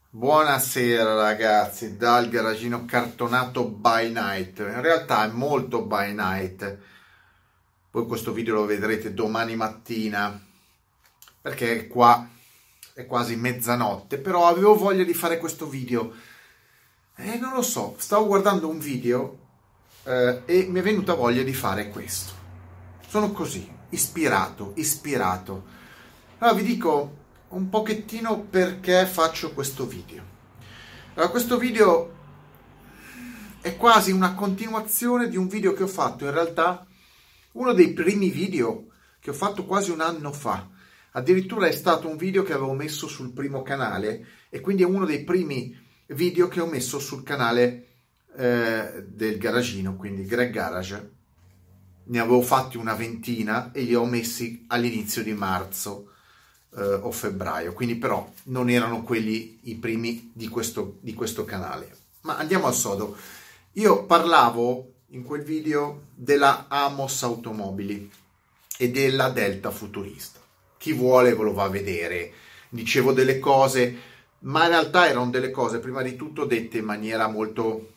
Buonasera ragazzi, dal garagino cartonato by night. In realtà è molto by night. Poi questo video lo vedrete domani mattina perché qua è quasi mezzanotte, però avevo voglia di fare questo video e non lo so, stavo guardando un video e mi è venuta voglia di fare questo. Sono così, ispirato. Allora vi dico un pochettino perché faccio questo video. Allora, questo video è quasi una continuazione di un video che ho fatto, in realtà uno dei primi video che ho fatto quasi un anno fa. Addirittura è stato un video che avevo messo sul primo canale e quindi è uno dei primi video che ho messo sul canale del garagino, quindi Greg Garage. Ne avevo fatti una ventina e li ho messi all'inizio di marzo o febbraio, quindi però non erano quelli i primi di questo canale. Ma andiamo al sodo. Io parlavo in quel video della Amos Automobili e della Delta Futurista. Chi vuole ve lo va a vedere. Dicevo delle cose, ma in realtà erano delle cose prima di tutto dette in maniera molto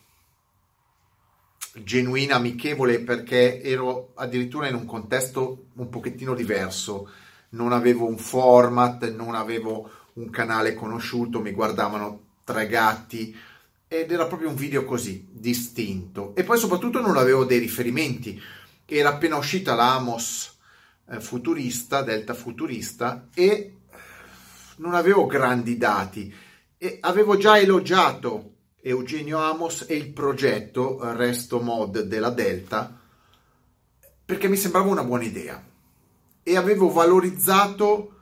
genuina, amichevole, perché ero addirittura in un contesto un pochettino diverso. Non avevo un format, non avevo un canale conosciuto, mi guardavano 3 gatti ed era proprio un video così, distinto. E poi soprattutto non avevo dei riferimenti. Era appena uscita la Amos Futurista, Delta Futurista, e non avevo grandi dati. E avevo già elogiato Eugenio Amos e il progetto Resto Mod della Delta perché mi sembrava una buona idea. E avevo valorizzato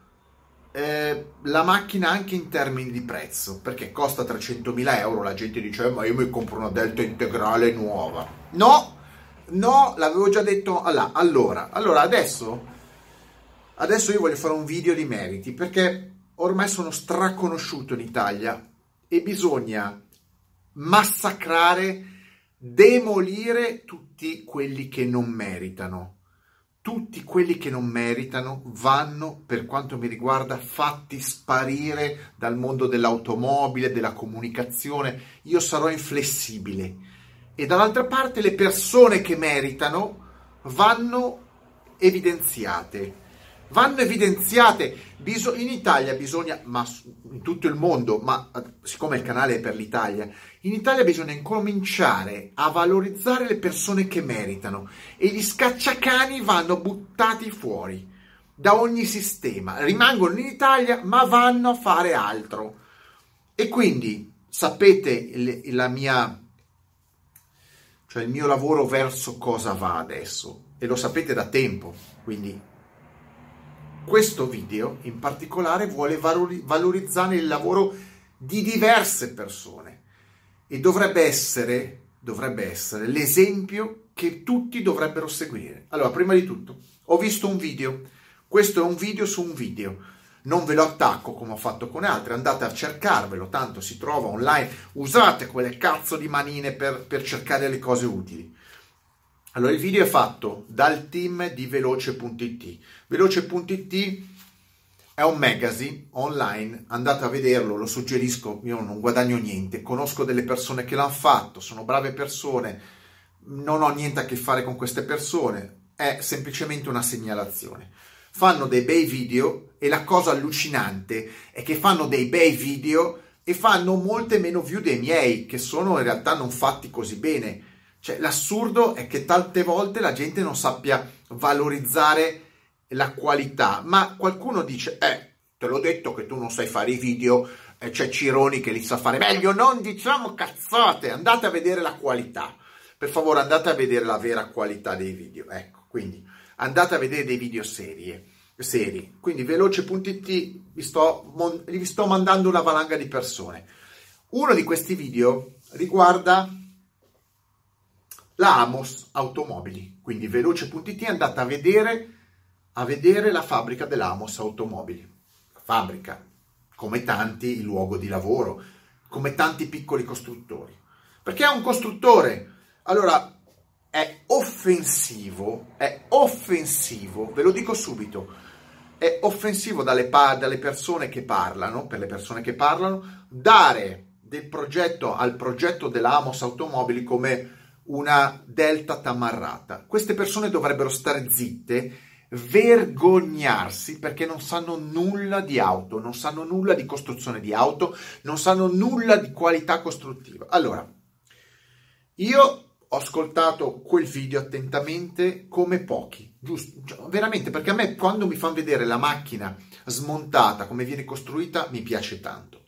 la macchina anche in termini di prezzo, perché costa 300.000 euro. La gente dice ma io mi compro una Delta integrale nuova. No, l'avevo già detto. Allora adesso io voglio fare un video di meriti, perché ormai sono straconosciuto in Italia e bisogna massacrare, demolire tutti quelli che non meritano. Tutti quelli che non meritano vanno, per quanto mi riguarda, fatti sparire dal mondo dell'automobile, della comunicazione. Io sarò inflessibile. E dall'altra parte le persone che meritano vanno evidenziate. In Italia bisogna, ma in tutto il mondo, ma siccome il canale è per l'Italia, in Italia bisogna incominciare a valorizzare le persone che meritano e gli scacciacani vanno buttati fuori da ogni sistema. Rimangono in Italia ma vanno a fare altro. E quindi sapete il mio lavoro verso cosa va adesso, e lo sapete da tempo. Quindi questo video in particolare vuole valorizzare il lavoro di diverse persone e dovrebbe essere l'esempio che tutti dovrebbero seguire. Allora, prima di tutto, ho visto un video. Questo è un video su un video. Non ve lo attacco come ho fatto con altri, andate a cercarvelo, tanto si trova online. Usate quelle cazzo di manine per cercare le cose utili. Allora, il video è fatto dal team di Veloce.it. Veloce.it è un magazine online, andate a vederlo, lo suggerisco, io non guadagno niente, conosco delle persone che l'hanno fatto, sono brave persone, non ho niente a che fare con queste persone, è semplicemente una segnalazione. Fanno dei bei video e la cosa allucinante è che fanno dei bei video e fanno molte meno view dei miei, che sono in realtà non fatti così bene. Cioè, l'assurdo è che tante volte la gente non sappia valorizzare la qualità, ma qualcuno dice te l'ho detto che tu non sai fare i video, c'è Cironi che li sa fare meglio. Non diciamo cazzate, andate a vedere la qualità, per favore, andate a vedere la vera qualità dei video. Ecco, quindi andate a vedere dei video seri. Quindi Veloce.it vi sto mandando una valanga di persone. Uno di questi video riguarda la Amos Automobili, quindi Veloce.it, andate a vedere la fabbrica dell'Amos Automobili. La fabbrica, come tanti, il luogo di lavoro, come tanti piccoli costruttori. Perché è un costruttore. Allora, è offensivo, ve lo dico subito. è offensivo dalle persone che parlano, per le persone che parlano, dare del progetto al progetto della Amos Automobili come una delta tamarrata. Queste persone dovrebbero stare zitte, vergognarsi, perché non sanno nulla di auto, non sanno nulla di costruzione di auto, non sanno nulla di qualità costruttiva. Allora, io ho ascoltato quel video attentamente come pochi, giusto, veramente, perché a me quando mi fanno vedere la macchina smontata, come viene costruita, mi piace tanto.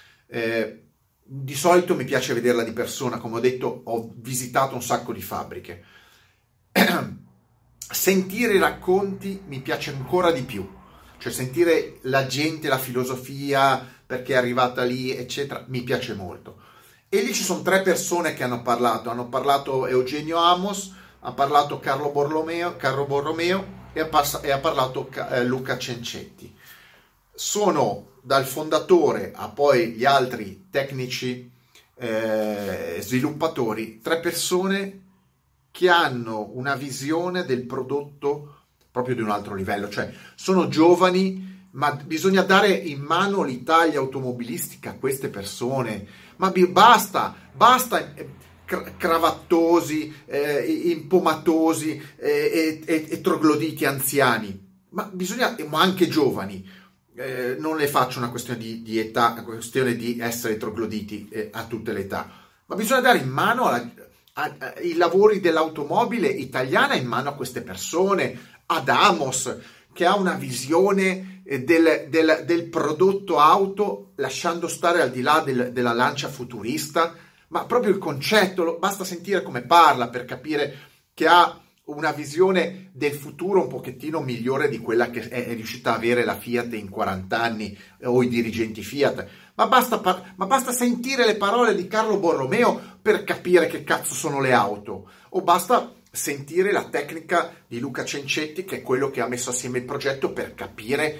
Di solito mi piace vederla di persona, come ho detto, ho visitato un sacco di fabbriche. Sentire i racconti mi piace ancora di più, cioè sentire la gente, la filosofia, perché è arrivata lì, eccetera, mi piace molto. E lì ci sono 3 persone che hanno parlato Eugenio Amos, ha parlato Carlo Borromeo e ha parlato Luca Cencetti. Sono dal fondatore a poi gli altri tecnici sviluppatori, 3 persone che hanno una visione del prodotto proprio di un altro livello, cioè sono giovani, ma bisogna dare in mano l'Italia automobilistica a queste persone, ma basta cravattosi, impomatosi e trogloditi anziani, ma anche giovani. Non le faccio una questione di età, una questione di essere trogloditi a tutte le età, ma bisogna dare in mano i lavori dell'automobile italiana in mano a queste persone, ad Amos, che ha una visione del prodotto auto, lasciando stare al di là della lancia futurista, ma proprio il concetto, basta sentire come parla per capire che ha una visione del futuro un pochettino migliore di quella che è riuscita a avere la Fiat in 40 anni o i dirigenti Fiat. Ma basta sentire le parole di Carlo Borromeo per capire che cazzo sono le auto, o basta sentire la tecnica di Luca Cencetti, che è quello che ha messo assieme il progetto, per capire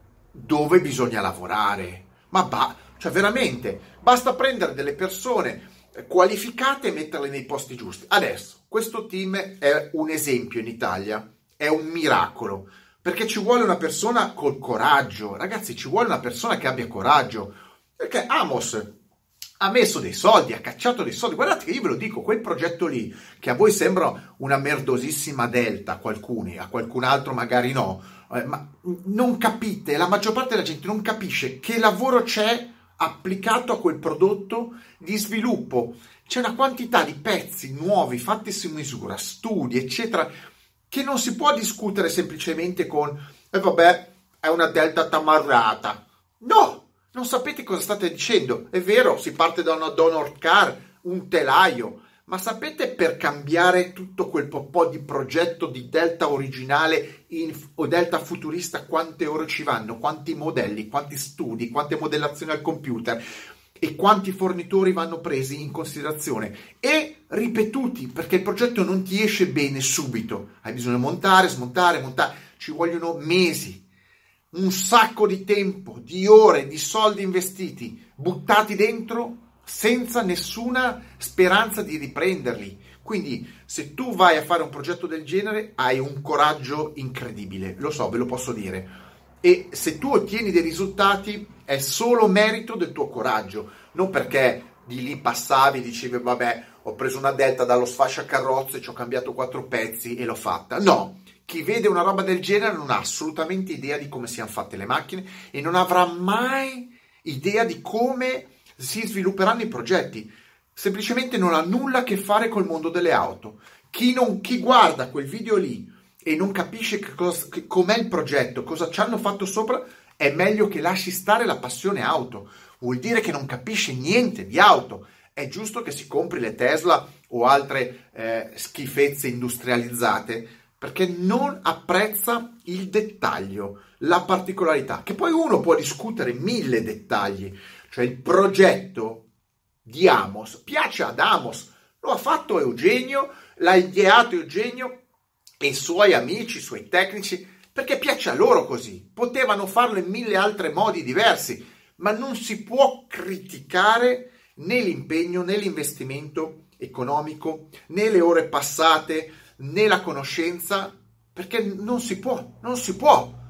dove bisogna lavorare. Cioè veramente, basta prendere delle persone qualificate e metterle nei posti giusti. Adesso, questo team è un esempio in Italia, è un miracolo, perché ci vuole una persona col coraggio, ragazzi, ci vuole una persona che abbia coraggio, perché Amos ha messo dei soldi, ha cacciato dei soldi. Guardate che io ve lo dico, quel progetto lì, che a voi sembra una merdosissima delta, a qualcun altro magari no, ma non capite, la maggior parte della gente non capisce che lavoro c'è applicato a quel prodotto di sviluppo. C'è una quantità di pezzi nuovi, fatti su misura, studi, eccetera, che non si può discutere semplicemente con vabbè, è una delta tamarrata. No! Non sapete cosa state dicendo. È vero, si parte da una donor car, un telaio, ma sapete per cambiare tutto quel po' di progetto di delta originale o delta futurista quante ore ci vanno, quanti modelli, quanti studi, quante modellazioni al computer e quanti fornitori vanno presi in considerazione e ripetuti, perché il progetto non ti esce bene subito. Hai bisogno di montare, smontare, montare, ci vogliono mesi. Un sacco di tempo, di ore, di soldi investiti, buttati dentro senza nessuna speranza di riprenderli. Quindi se tu vai a fare un progetto del genere hai un coraggio incredibile, lo so, ve lo posso dire. E se tu ottieni dei risultati è solo merito del tuo coraggio, non perché di lì passavi e dicevi vabbè, ho preso una delta dallo sfasciacarrozze, ci ho cambiato 4 pezzi e l'ho fatta. No! Chi vede una roba del genere non ha assolutamente idea di come siano fatte le macchine e non avrà mai idea di come si svilupperanno i progetti. Semplicemente non ha nulla a che fare col mondo delle auto. Chi guarda quel video lì e non capisce com'è il progetto, cosa ci hanno fatto sopra, è meglio che lasci stare la passione auto. Vuol dire che non capisce niente di auto. È giusto che si compri le Tesla o altre schifezze industrializzate, perché non apprezza il dettaglio, la particolarità, che poi uno può discutere 1000 dettagli, cioè il progetto di Amos piace ad Amos, lo ha fatto Eugenio, l'ha ideato Eugenio e i suoi amici, i suoi tecnici, perché piace a loro così. Potevano farlo in 1000 altri modi diversi, ma non si può criticare né l'impegno, né l'investimento economico, né le ore passate, né la conoscenza, perché non si può.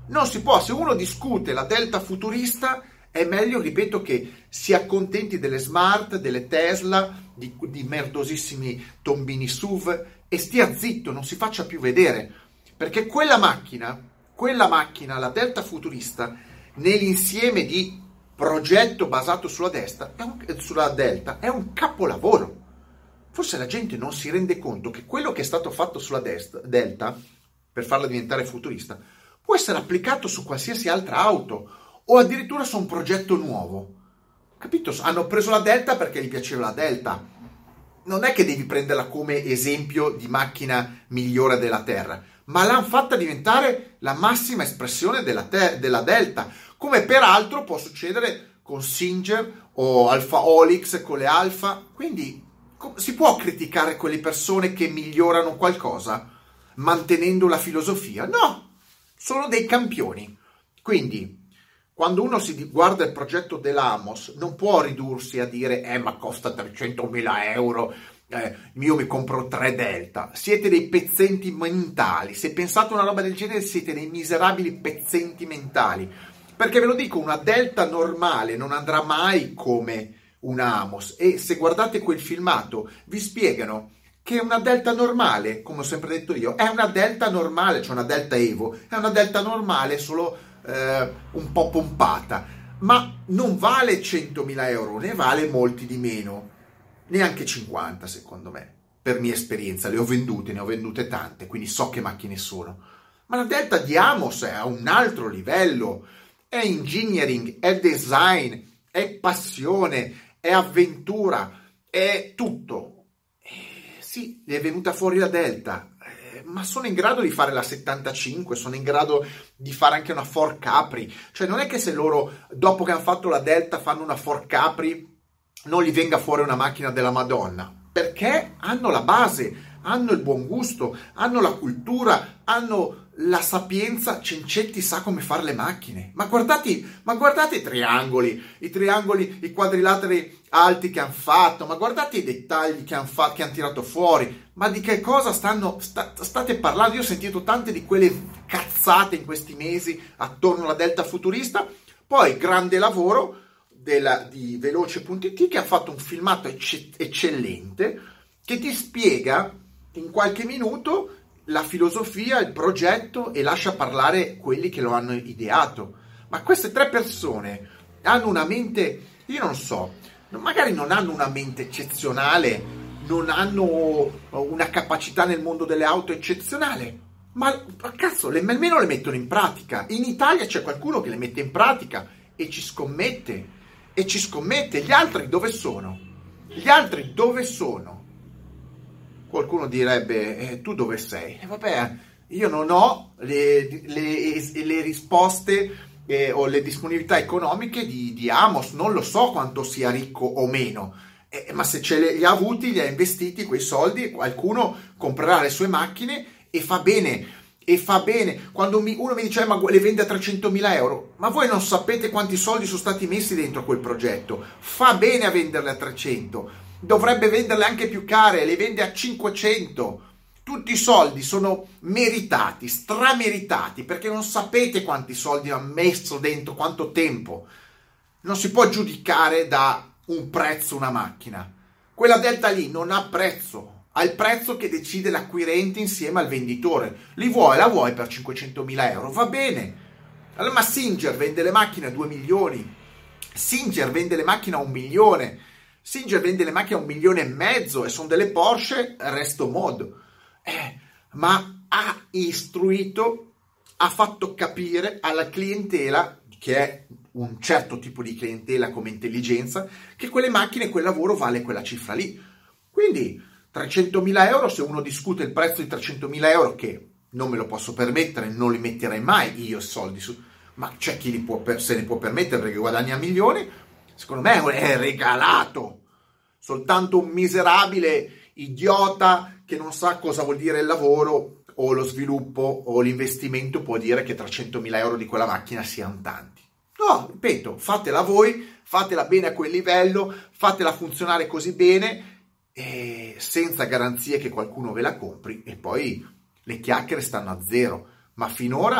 Non si può, se uno discute la Delta futurista, è meglio, ripeto, che si accontenti delle Smart, delle Tesla, di merdosissimi tombini SUV e stia zitto, non si faccia più vedere. Perché quella macchina, la Delta futurista, nell'insieme di progetto basato sulla Delta, è un capolavoro. Forse la gente non si rende conto che quello che è stato fatto sulla Delta, per farla diventare futurista, può essere applicato su qualsiasi altra auto o addirittura su un progetto nuovo. Capito? Hanno preso la Delta perché gli piaceva la Delta. Non è che devi prenderla come esempio di macchina migliore della Terra, ma l'hanno fatta diventare la massima espressione della Delta, come peraltro può succedere con Singer o Alfa Olix con le Alfa. Quindi si può criticare quelle persone che migliorano qualcosa mantenendo la filosofia? No! Sono dei campioni. Quindi, quando uno si guarda il progetto dell'Amos, non può ridursi a dire ma costa 300.000 euro, io mi compro 3 Delta. Siete dei pezzenti mentali. Se pensate una roba del genere, siete dei miserabili pezzenti mentali. Perché ve lo dico, una Delta normale non andrà mai come una Amos. E se guardate quel filmato, vi spiegano che una Delta normale, come ho sempre detto io, è una Delta normale, cioè una Delta Evo, è una Delta normale solo un po' pompata, ma non vale 100.000 euro, ne vale molti di meno, neanche 50 secondo me, per mia esperienza, ne ho vendute tante, quindi so che macchine sono, ma la Delta di Amos è a un altro livello, è engineering, è design, è passione, è avventura, è tutto. Sì, è venuta fuori la Delta, ma sono in grado di fare la 75, sono in grado di fare anche una Ford Capri. Cioè non è che se loro, dopo che hanno fatto la Delta, fanno una Ford Capri, non gli venga fuori una macchina della Madonna. Perché hanno la base, hanno il buon gusto, hanno la cultura, hanno la sapienza. Cencetti sa come fare le macchine. Ma guardate i triangoli, i quadrilateri alti che hanno fatto, ma guardate i dettagli che hanno tirato fuori. Ma di che cosa state parlando? Io ho sentito tante di quelle cazzate in questi mesi attorno alla Delta futurista. Poi grande lavoro di Veloce.it, che ha fatto un filmato eccellente che ti spiega in qualche minuto la filosofia, il progetto, e lascia parlare quelli che lo hanno ideato. Ma queste 3 persone hanno una mente, io non so, magari non hanno una mente eccezionale, non hanno una capacità nel mondo delle auto eccezionale, ma cazzo, almeno le mettono in pratica. In Italia c'è qualcuno che le mette in pratica e ci scommette. Gli altri dove sono? Qualcuno direbbe, tu dove sei? Vabbè, io non ho le risposte o le disponibilità economiche di Amos, non lo so quanto sia ricco o meno, ma se li ha avuti, li ha investiti quei soldi, qualcuno comprerà le sue macchine e fa bene. Quando uno mi dice ma le vende a 300.000 euro, ma voi non sapete quanti soldi sono stati messi dentro a quel progetto. Fa bene a venderle a 300, dovrebbe venderle anche più care, le vende a 500. Tutti i soldi sono meritati, strameritati, perché non sapete quanti soldi ha messo dentro, quanto tempo. Non si può giudicare da un prezzo una macchina. Quella Delta lì non ha prezzo. Ha il prezzo che decide l'acquirente insieme al venditore. La vuoi per 500.000 euro? Va bene. Allora, ma Singer vende le macchine a 2 milioni. Singer vende le macchine a 1 milione. Singer vende le macchine a 1,5 milioni e sono delle Porsche resto mod. Ma ha istruito, ha fatto capire alla clientela, che è un certo tipo di clientela come intelligenza, che quelle macchine, quel lavoro vale quella cifra lì. Quindi 300.000 euro, se uno discute il prezzo di 300.000 euro, che non me lo posso permettere, non li metterei mai io soldi su, ma c'è chi se ne può permettere perché guadagna milioni, secondo me è regalato. Soltanto un miserabile idiota che non sa cosa vuol dire il lavoro o lo sviluppo o l'investimento può dire che 300.000 euro di quella macchina siano tanti. No, ripeto, fatela voi, fatela bene a quel livello, fatela funzionare così bene, senza garanzie che qualcuno ve la compri, e poi le chiacchiere stanno a zero. Ma finora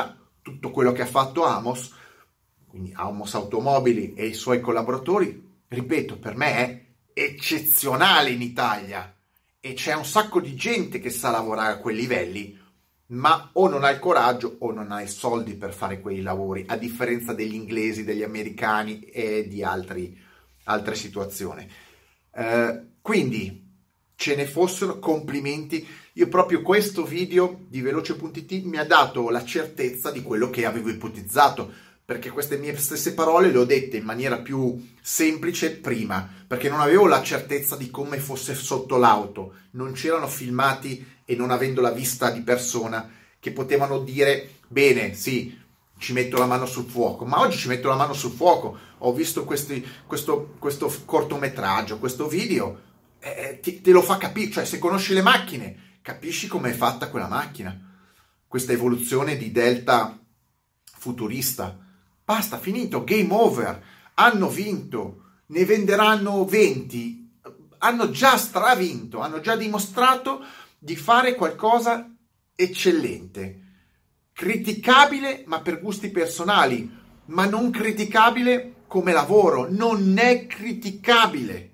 tutto quello che ha fatto Amos, quindi Amos Automobili e i suoi collaboratori, ripeto, per me è eccezionale in Italia e c'è un sacco di gente che sa lavorare a quei livelli, ma o non ha il coraggio o non ha i soldi per fare quei lavori, a differenza degli inglesi, degli americani e di altre situazioni. Quindi ce ne fossero, complimenti. Io proprio questo video di Veloce.it mi ha dato la certezza di quello che avevo ipotizzato, perché queste mie stesse parole le ho dette in maniera più semplice prima, perché non avevo la certezza di come fosse sotto l'auto, non c'erano filmati e non avendo la vista di persona che potevano dire bene, sì, ci metto la mano sul fuoco, ma oggi ci metto la mano sul fuoco, ho visto questo cortometraggio, questo video, te lo fa capire, cioè se conosci le macchine, capisci come è fatta quella macchina, questa evoluzione di Delta futurista. Basta, finito, game over, hanno vinto, ne venderanno 20, hanno già stravinto, hanno già dimostrato di fare qualcosa eccellente, criticabile ma per gusti personali, ma non criticabile come lavoro, non è criticabile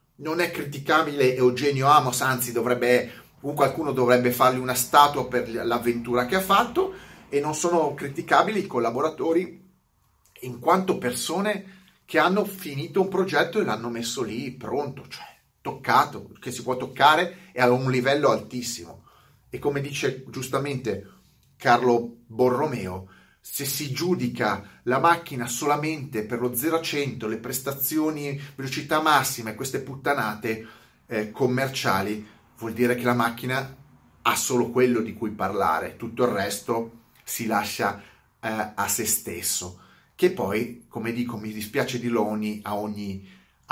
Eugenio Amos, anzi qualcuno dovrebbe fargli una statua per l'avventura che ha fatto, e non sono criticabili i collaboratori in quanto persone che hanno finito un progetto e l'hanno messo lì pronto, cioè toccato, che si può toccare e a un livello altissimo. E come dice giustamente Carlo Borromeo, se si giudica la macchina solamente per lo 0 a 100, le prestazioni, velocità massima e queste puttanate commerciali, vuol dire che la macchina ha solo quello di cui parlare, tutto il resto si lascia a se stesso. Che poi, come dico, mi dispiace dirlo a ogni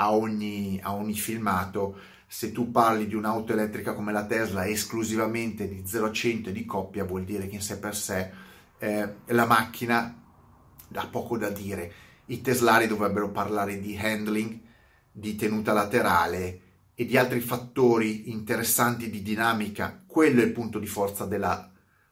filmato, se tu parli di un'auto elettrica come la Tesla esclusivamente di 0 a 100 di coppia, vuol dire che in sé per sé la macchina ha poco da dire. I teslari dovrebbero parlare di handling, di tenuta laterale e di altri fattori interessanti di dinamica. Quello è il punto di forza della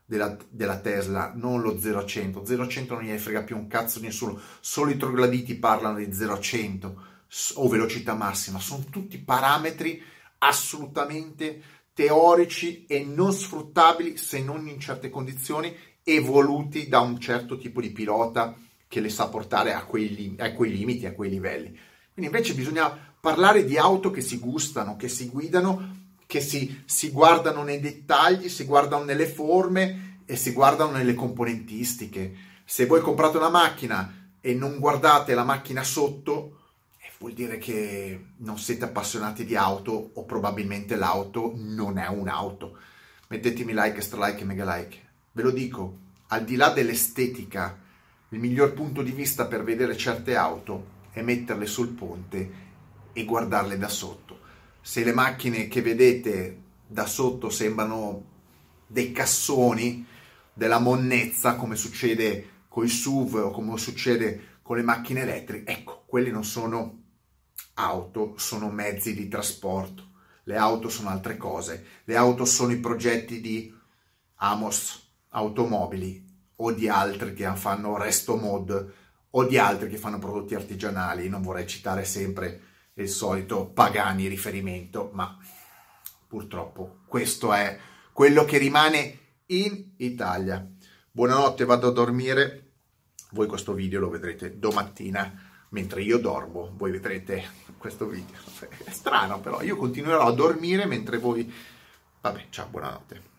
Tesla, non lo 0 a 100. 0 a 100 non gliene frega più un cazzo nessuno, solo i trogloditi parlano di 0 a 100 o velocità massima, sono tutti parametri assolutamente teorici e non sfruttabili se non in certe condizioni, evoluti da un certo tipo di pilota che le sa portare a quei limiti, a quei livelli. Quindi invece bisogna parlare di auto che si gustano, che si guidano, che si guardano nei dettagli, si guardano nelle forme e si guardano nelle componentistiche. Se voi comprate una macchina e non guardate la macchina sotto, vuol dire che non siete appassionati di auto o probabilmente l'auto non è un'auto. Mettetemi like, stralike e mega like. Ve lo dico, al di là dell'estetica, il miglior punto di vista per vedere certe auto è metterle sul ponte e guardarle da sotto. Se le macchine che vedete da sotto sembrano dei cassoni della monnezza, come succede con i SUV o come succede con le macchine elettriche, ecco, quelli non sono auto, sono mezzi di trasporto. Le auto sono altre cose. Le auto sono i progetti di Amos Automobili o di altri che fanno resto mod o di altri che fanno prodotti artigianali. Non vorrei citare sempre il solito Pagani riferimento, ma purtroppo questo è quello che rimane in Italia. Buonanotte, vado a dormire. Voi questo video lo vedrete domattina mentre io dormo, voi vedrete questo video. È strano, però io continuerò a dormire mentre voi... Vabbè, ciao, buonanotte.